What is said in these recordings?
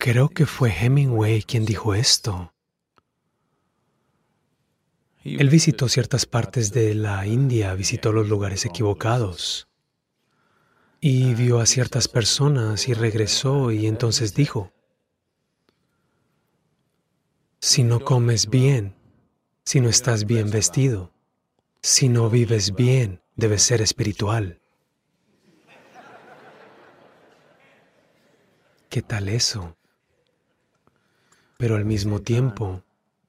Creo que fue Hemingway quien dijo esto. Él visitó ciertas partes de la India, visitó los lugares equivocados y vio a ciertas personas y regresó y entonces dijo, si no comes bien, si no estás bien vestido, si no vives bien, debes ser espiritual. ¿Qué tal eso? Pero al mismo tiempo,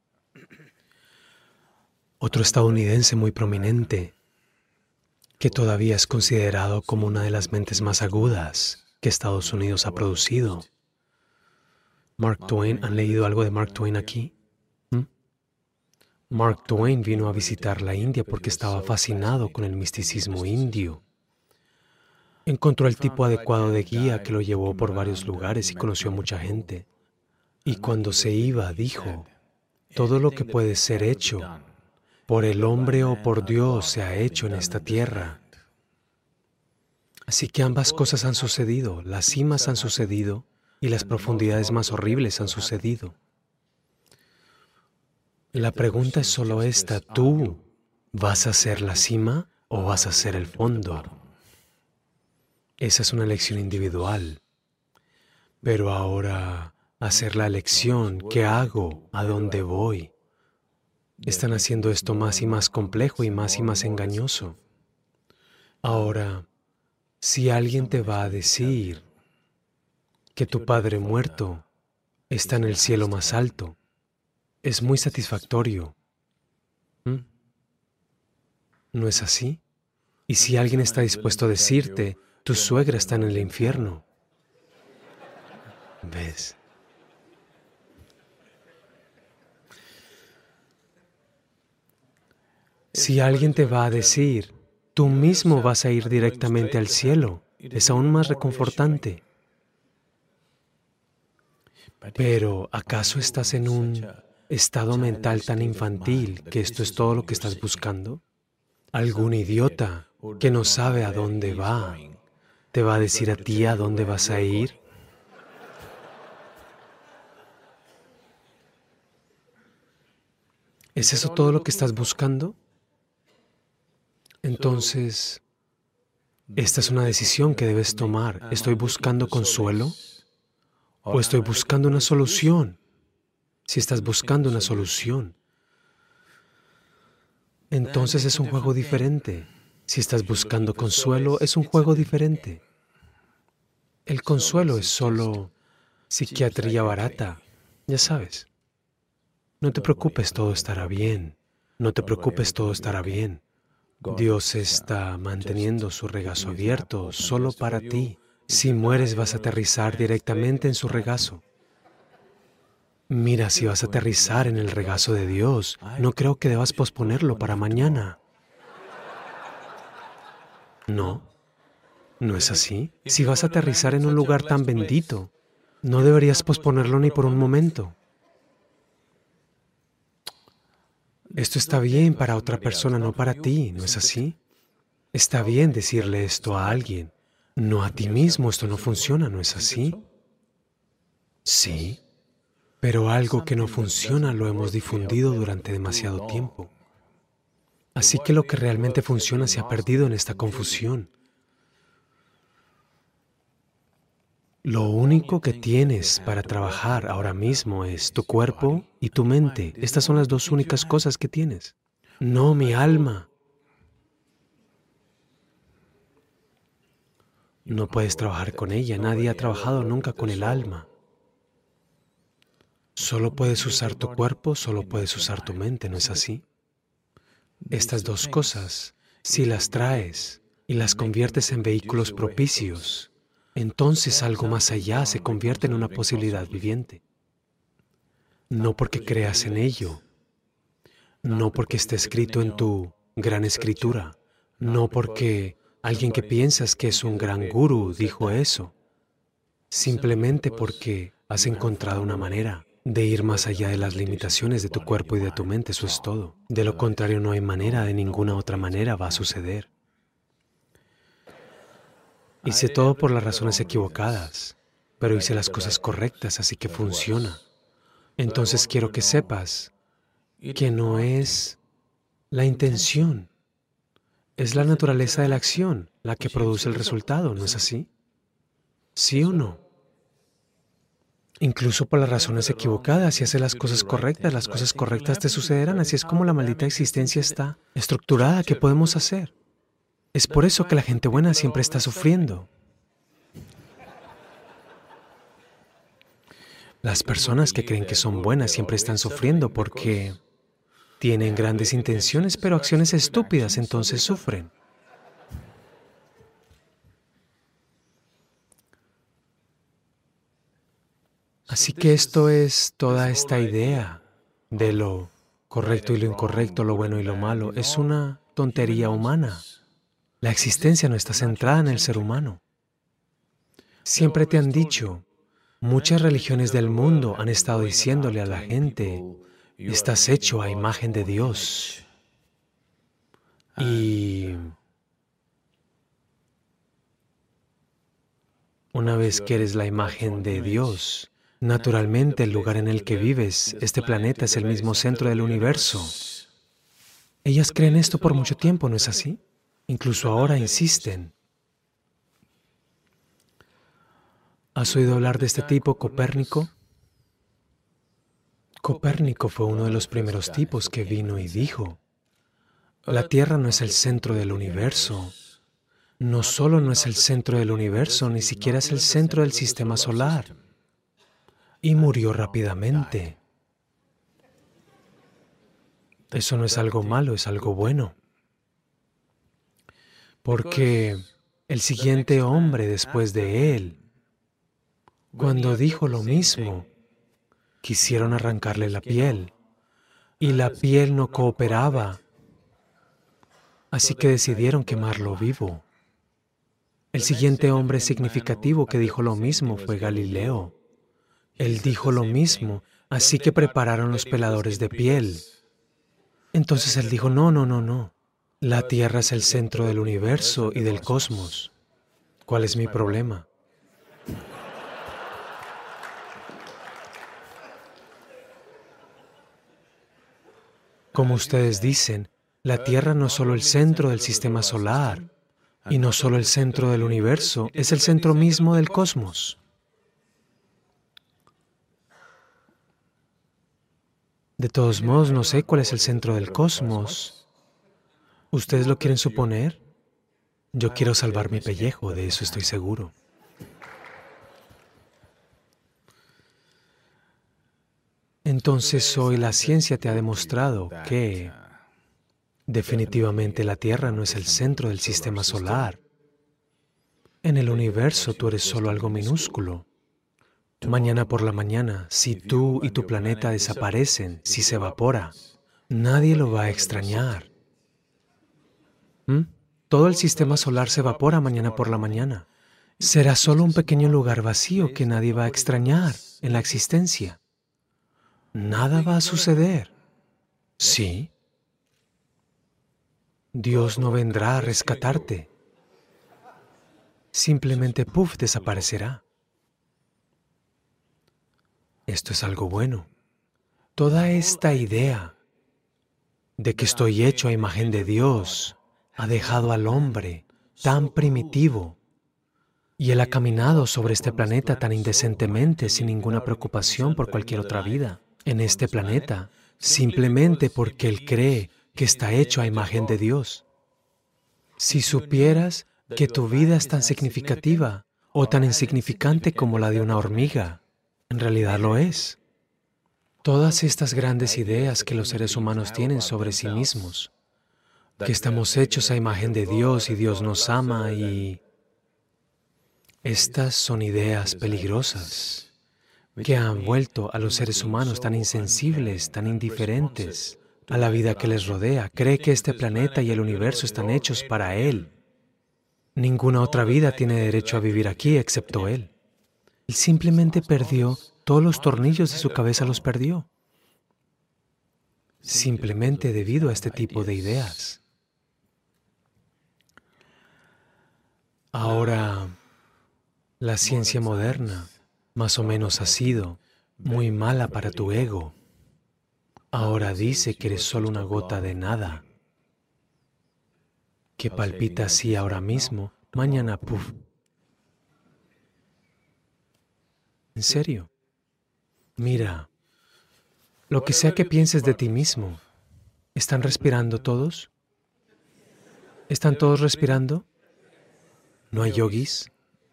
otro estadounidense muy prominente, que todavía es considerado como una de las mentes más agudas que Estados Unidos ha producido. Mark Twain, ¿han leído algo de Mark Twain aquí? Mark Twain vino a visitar la India porque estaba fascinado con el misticismo indio. Encontró el tipo adecuado de guía que lo llevó por varios lugares y conoció a mucha gente. Y cuando se iba, dijo, todo lo que puede ser hecho por el hombre o por Dios se ha hecho en esta tierra. Así que ambas cosas han sucedido, las cimas han sucedido y las profundidades más horribles han sucedido. La pregunta es solo esta, ¿tú vas a ser la cima o vas a ser el fondo? Esa es una elección individual. Pero ahora, hacer la elección, ¿qué hago? ¿A dónde voy? Están haciendo esto más y más complejo y más engañoso. Ahora, si alguien te va a decir que tu padre muerto está en el cielo más alto, es muy satisfactorio. ¿No es así? Y si alguien está dispuesto a decirte, tu suegra está en el infierno, ¿ves? Si alguien te va a decir, tú mismo vas a ir directamente al cielo, es aún más reconfortante. Pero, ¿acaso estás en un estado mental tan infantil que esto es todo lo que estás buscando? Algún idiota que no sabe a dónde va, ¿te va a decir a ti a dónde vas a ir? ¿Es eso todo lo que estás buscando? Entonces, esta es una decisión que debes tomar. ¿Estoy buscando consuelo o estoy buscando una solución? Si estás buscando una solución, entonces es un juego diferente. Si estás buscando consuelo, es un juego diferente. El consuelo es solo psiquiatría barata, ya sabes. No te preocupes, todo estará bien. No te preocupes, todo estará bien. Dios está manteniendo su regazo abierto solo para ti. Si mueres, vas a aterrizar directamente en su regazo. Mira, si vas a aterrizar en el regazo de Dios, no creo que debas posponerlo para mañana. No, ¿no es así? Si vas a aterrizar en un lugar tan bendito, no deberías posponerlo ni por un momento. Esto está bien para otra persona, no para ti, ¿no es así? Está bien decirle esto a alguien, no a ti mismo, esto no funciona, ¿no es así? Sí, pero algo que no funciona lo hemos difundido durante demasiado tiempo. Así que lo que realmente funciona se ha perdido en esta confusión. Lo único que tienes para trabajar ahora mismo es tu cuerpo y tu mente. Estas son las dos únicas cosas que tienes. No, mi alma. No puedes trabajar con ella. Nadie ha trabajado nunca con el alma. Solo puedes usar tu cuerpo, solo puedes usar tu mente, ¿no es así? Estas dos cosas, si las traes y las conviertes en vehículos propicios, entonces algo más allá se convierte en una posibilidad viviente. No porque creas en ello, no porque esté escrito en tu gran escritura, no porque alguien que piensas que es un gran gurú dijo eso, simplemente porque has encontrado una manera de ir más allá de las limitaciones de tu cuerpo y de tu mente, eso es todo. De lo contrario, no hay manera, de ninguna otra manera va a suceder. Hice todo por las razones equivocadas. pero hice las cosas correctas, así que funciona. Entonces quiero que sepas que no es la intención, es la naturaleza de la acción la que produce el resultado, ¿no es así? ¿Sí o no? Incluso por las razones equivocadas, si haces las cosas correctas te sucederán. Así es como la maldita existencia está estructurada. ¿Qué podemos hacer? Es por eso que la gente buena siempre está sufriendo. Las personas que creen que son buenas siempre están sufriendo porque tienen grandes intenciones, pero acciones estúpidas, entonces sufren. Así que esto es toda esta idea de lo correcto y lo incorrecto, lo bueno y lo malo. Es una tontería humana. La existencia no está centrada en el ser humano. Siempre te han dicho, muchas religiones del mundo han estado diciéndole a la gente, estás hecho a imagen de Dios. Y una vez que eres la imagen de Dios, naturalmente el lugar en el que vives, este planeta es el mismo centro del universo. Ellas creen esto por mucho tiempo, ¿no es así? Incluso ahora insisten. ¿Has oído hablar de este tipo, Copérnico? Copérnico fue uno de los primeros tipos que vino y dijo, la Tierra no es el centro del universo. No solo no es el centro del universo, ni siquiera es el centro del sistema solar. Y murió rápidamente. Eso no es algo malo, es algo bueno. Porque el siguiente hombre después de él, cuando dijo lo mismo, quisieron arrancarle la piel, y la piel no cooperaba, así que decidieron quemarlo vivo. El siguiente hombre significativo que dijo lo mismo fue Galileo. Él dijo lo mismo, así que prepararon los peladores de piel. Entonces él dijo, no, no, no, no. La Tierra es el centro del universo y del cosmos. ¿Cuál es mi problema? Como ustedes dicen, la Tierra no es solo el centro del sistema solar, y no solo el centro del universo, es el centro mismo del cosmos. De todos modos, no sé cuál es el centro del cosmos. ¿Ustedes lo quieren suponer? Yo quiero salvar mi pellejo, de eso estoy seguro. Entonces hoy la ciencia te ha demostrado que definitivamente la Tierra no es el centro del sistema solar. En el universo tú eres solo algo minúsculo. Mañana por la mañana, si tú y tu planeta desaparecen, si se evapora, nadie lo va a extrañar. Todo el sistema solar se evapora mañana por la mañana. Será solo un pequeño lugar vacío que nadie va a extrañar en la existencia. Nada va a suceder. Sí. Dios no vendrá a rescatarte. Simplemente, ¡puf!, desaparecerá. Esto es algo bueno. Toda esta idea de que estoy hecho a imagen de Dios ha dejado al hombre tan primitivo y él ha caminado sobre este planeta tan indecentemente sin ninguna preocupación por cualquier otra vida en este planeta, simplemente porque él cree que está hecho a imagen de Dios. Si supieras que tu vida es tan significativa o tan insignificante como la de una hormiga, en realidad lo es. Todas estas grandes ideas que los seres humanos tienen sobre sí mismos, que estamos hechos a imagen de Dios y Dios nos ama y... Estas son ideas peligrosas que han vuelto a los seres humanos tan insensibles, tan indiferentes a la vida que les rodea. Cree que este planeta y el universo están hechos para él. Ninguna otra vida tiene derecho a vivir aquí excepto él. Él simplemente perdió todos los tornillos de su cabeza, los perdió. Simplemente debido a este tipo de ideas. Ahora, la ciencia moderna Más o menos ha sido muy mala para tu ego. Ahora dice que eres solo una gota de nada, que palpita así ahora mismo, mañana, ¡puf! ¿En serio? Mira, lo que sea que pienses de ti mismo, ¿están respirando todos? ¿Están todos respirando? ¿No hay yogis?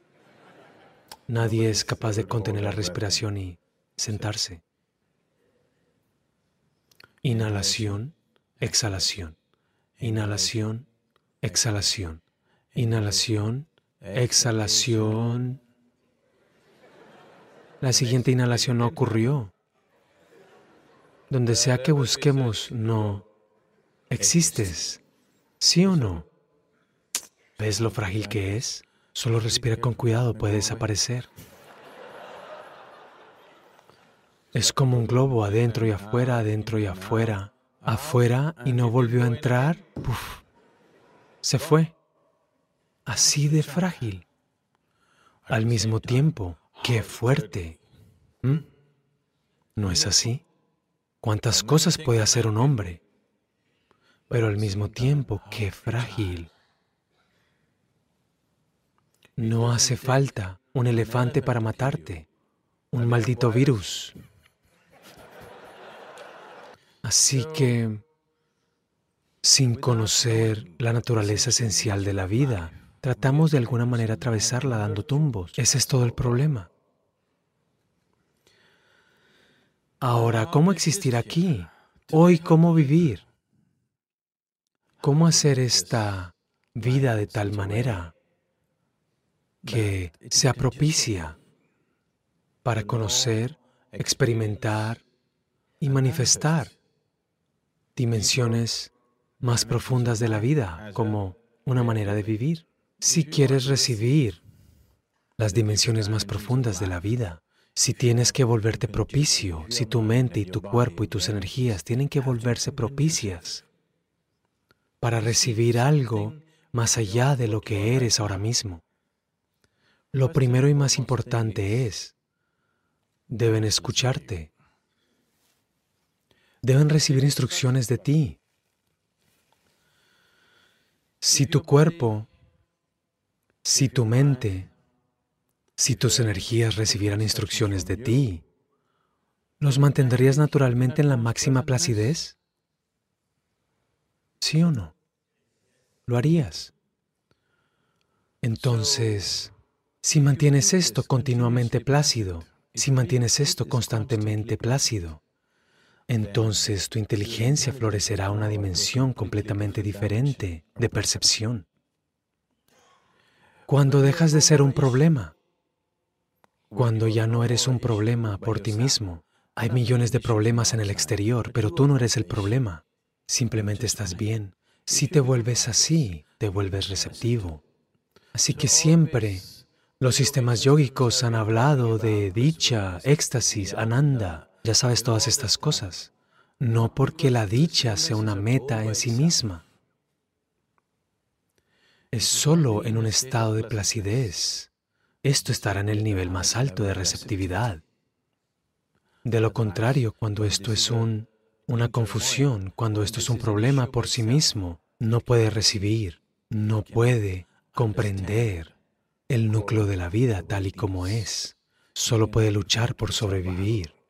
Nadie es capaz de contener la respiración y sentarse. Inhalación, exhalación. Inhalación, exhalación. Inhalación, exhalación. La siguiente inhalación no ocurrió. Donde sea que busquemos, no existes. ¿Sí o no? ¿Ves lo frágil que es? Solo respira con cuidado, puede desaparecer. Es como un globo, adentro y afuera, adentro y afuera. Afuera y no volvió a entrar, ¡puf! Se fue. Así de frágil. Al mismo tiempo, ¡qué fuerte! ¿No es así? ¿Cuántas cosas puede hacer un hombre? Pero al mismo tiempo, ¡qué frágil! No hace falta un elefante para matarte, un maldito virus. Así que, sin conocer la naturaleza esencial de la vida, tratamos de alguna manera atravesarla dando tumbos. Ese es todo el problema. Ahora, ¿cómo existir aquí? Hoy, ¿cómo vivir? ¿Cómo hacer esta vida de tal manera que sea propicia para conocer, experimentar y manifestar dimensiones más profundas de la vida como una manera de vivir? Si quieres recibir las dimensiones más profundas de la vida, si tienes que volverte propicio, si tu mente y tu cuerpo y tus energías tienen que volverse propicias para recibir algo más allá de lo que eres ahora mismo, lo primero y más importante es, deben escucharte, deben recibir instrucciones de ti. Si tu cuerpo, si tu mente, si tus energías recibieran instrucciones de ti, ¿los mantendrías naturalmente en la máxima placidez? ¿Sí o no? ¿Lo harías? Entonces, si mantienes esto continuamente plácido, si mantienes esto constantemente plácido, entonces tu inteligencia florecerá a una dimensión completamente diferente de percepción. Cuando dejas de ser un problema, cuando ya no eres un problema por ti mismo, hay millones de problemas en el exterior, pero tú no eres el problema, simplemente estás bien. Si te vuelves así, te vuelves receptivo. Así que siempre los sistemas yógicos han hablado de dicha, éxtasis, ananda. Ya sabes todas estas cosas. No porque la dicha sea una meta en sí misma. Es solo en un estado de placidez. Esto estará en el nivel más alto de receptividad. De lo contrario, cuando esto es una confusión, cuando esto es un problema por sí mismo, no puede recibir, no puede comprender el núcleo de la vida tal y como es. Solo puede luchar por sobrevivir.